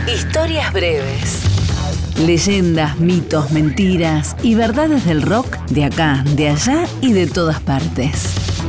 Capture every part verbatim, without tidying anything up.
Historias breves. Leyendas, mitos, mentiras y verdades del rock de acá, de allá y de todas partes.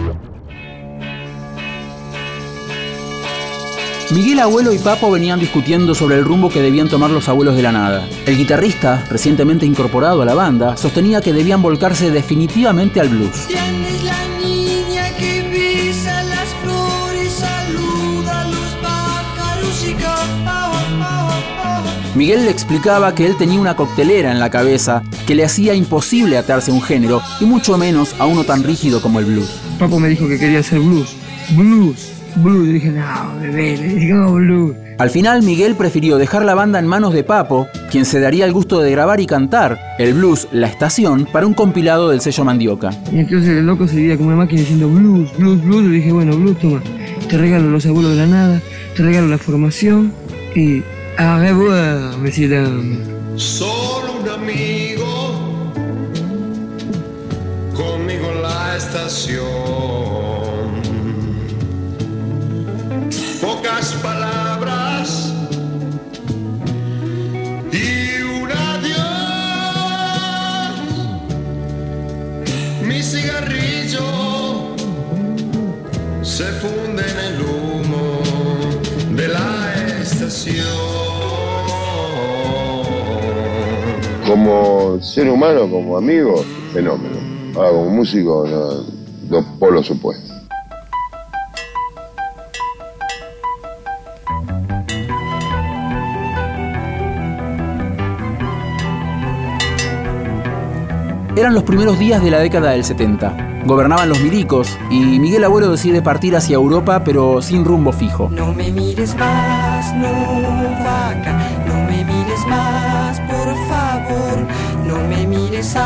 Miguel Abuelo y Papo venían discutiendo sobre el rumbo que debían tomar los Abuelos de la Nada. El guitarrista, recientemente incorporado a la banda, sostenía que debían volcarse definitivamente al blues. ¿Quién es la niña que besa las flores, saluda a los pájaros y canta? Miguel le explicaba que él tenía una coctelera en la cabeza que le hacía imposible atarse a un género y mucho menos a uno tan rígido como el blues. Papo me dijo que quería hacer blues. Blues. Blues. Y dije, no, bebé, le dije, no, blues. Al final, Miguel prefirió dejar la banda en manos de Papo, quien se daría el gusto de grabar y cantar el blues La Estación para un compilado del sello Mandioca. Y entonces el loco seguía con una máquina diciendo blues, blues, blues. Le dije, bueno, blues, toma, te regalo Los Abuelos de la Nada, te regalo la formación y au revoir, monsieur dame. Solo un amigo, conmigo en la estación. Pocas palabras y un adiós. Mi cigarrillo se funde en el humo de la estación. Como ser humano, como amigo, fenómeno. Ahora, como músico, no, dos polos opuestos. Eran los primeros días de la década del setenta. Gobernaban los milicos y Miguel Abuelo decide partir hacia Europa, pero sin rumbo fijo. No me mires más, no, vaca, no me mires más, por favor, no me mires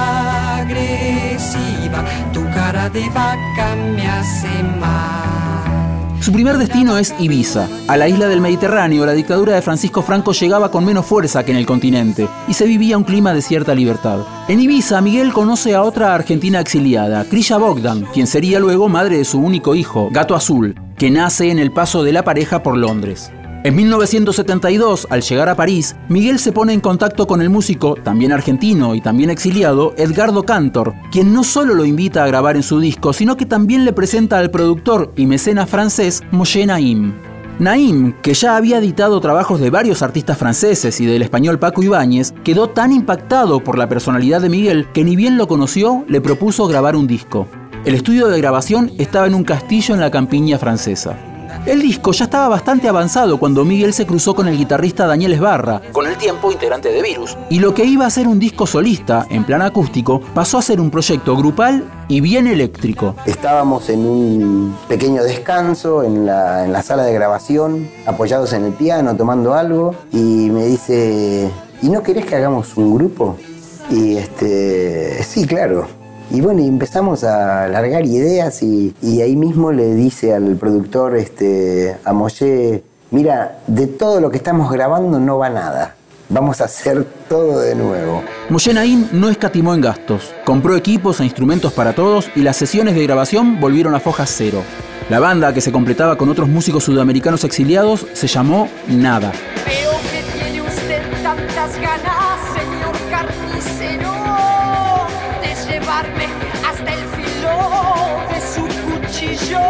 agresiva, tu cara de vaca me hace mal. Su primer destino es Ibiza. A la isla del Mediterráneo, la dictadura de Francisco Franco llegaba con menos fuerza que en el continente y se vivía un clima de cierta libertad. En Ibiza, Miguel conoce a otra argentina exiliada, Krilla Bogdan, quien sería luego madre de su único hijo, Gato Azul, que nace en el paso de la pareja por Londres. En mil novecientos setenta y dos, al llegar a París, Miguel se pone en contacto con el músico, también argentino y también exiliado, Edgardo Cantor, quien no solo lo invita a grabar en su disco, sino que también le presenta al productor y mecenas francés Moshe Naim. Naim, que ya había editado trabajos de varios artistas franceses y del español Paco Ibáñez, quedó tan impactado por la personalidad de Miguel que ni bien lo conoció, le propuso grabar un disco. El estudio de grabación estaba en un castillo en la campiña francesa. El disco ya estaba bastante avanzado cuando Miguel se cruzó con el guitarrista Daniel Esbarra, con el tiempo integrante de Virus, y lo que iba a ser un disco solista, en plan acústico, pasó a ser un proyecto grupal y bien eléctrico. Estábamos en un pequeño descanso en la, en la sala de grabación, apoyados en el piano, tomando algo, y me dice, ¿y no querés que hagamos un grupo? Y este, sí, claro. Y bueno, y empezamos a largar ideas y, y ahí mismo le dice al productor, este, a Moshe, mira, de todo lo que estamos grabando no va nada. Vamos a hacer todo de nuevo. Moshe Naim no escatimó en gastos. Compró equipos e instrumentos para todos y las sesiones de grabación volvieron a foja cero. La banda, que se completaba con otros músicos sudamericanos exiliados, se llamó Nada. Veo que tiene usted tantas ganas, señor carnicero, de llevarme hasta el filo de su cuchillo.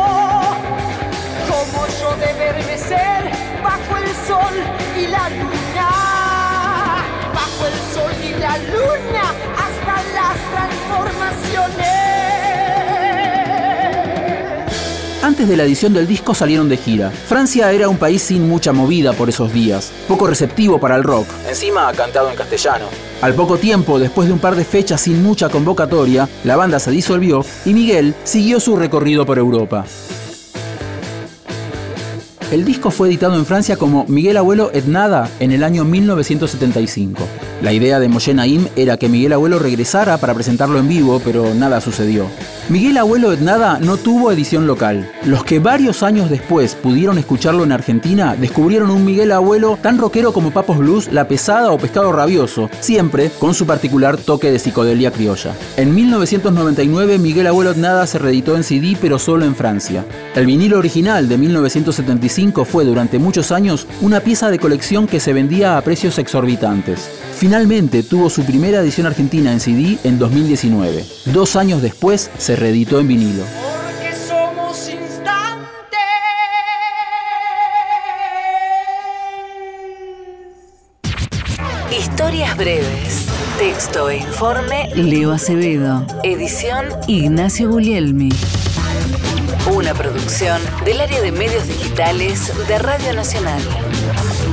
Como yo deberme ser bajo el sol y la luna, bajo el sol y la luna, hasta las transformaciones. Antes de la edición del disco salieron de gira. Francia era un país sin mucha movida por esos días, poco receptivo para el rock, encima cantado en castellano. Al poco tiempo, después de un par de fechas sin mucha convocatoria, la banda se disolvió y Miguel siguió su recorrido por Europa. El disco fue editado en Francia como Miguel Abuelo et Nada en el año mil novecientos setenta y cinco. La idea de Moshe Naim era que Miguel Abuelo regresara para presentarlo en vivo, pero nada sucedió. Miguel Abuelo Etnada no tuvo edición local. Los que varios años después pudieron escucharlo en Argentina descubrieron un Miguel Abuelo tan rockero como Papos Blues, La Pesada o Pescado Rabioso, siempre con su particular toque de psicodelia criolla. En mil novecientos noventa y nueve Miguel Abuelo Etnada se reeditó en C D, pero solo en Francia. El vinilo original de mil novecientos setenta y cinco fue durante muchos años una pieza de colección que se vendía a precios exorbitantes. Finalmente tuvo su primera edición argentina en C D en dos mil diecinueve. Dos años después se reeditó en vinilo. Porque somos instantes. Historias breves. Texto e informe Leo Acevedo. Edición Ignacio Guglielmi. Una producción del área de medios digitales de Radio Nacional.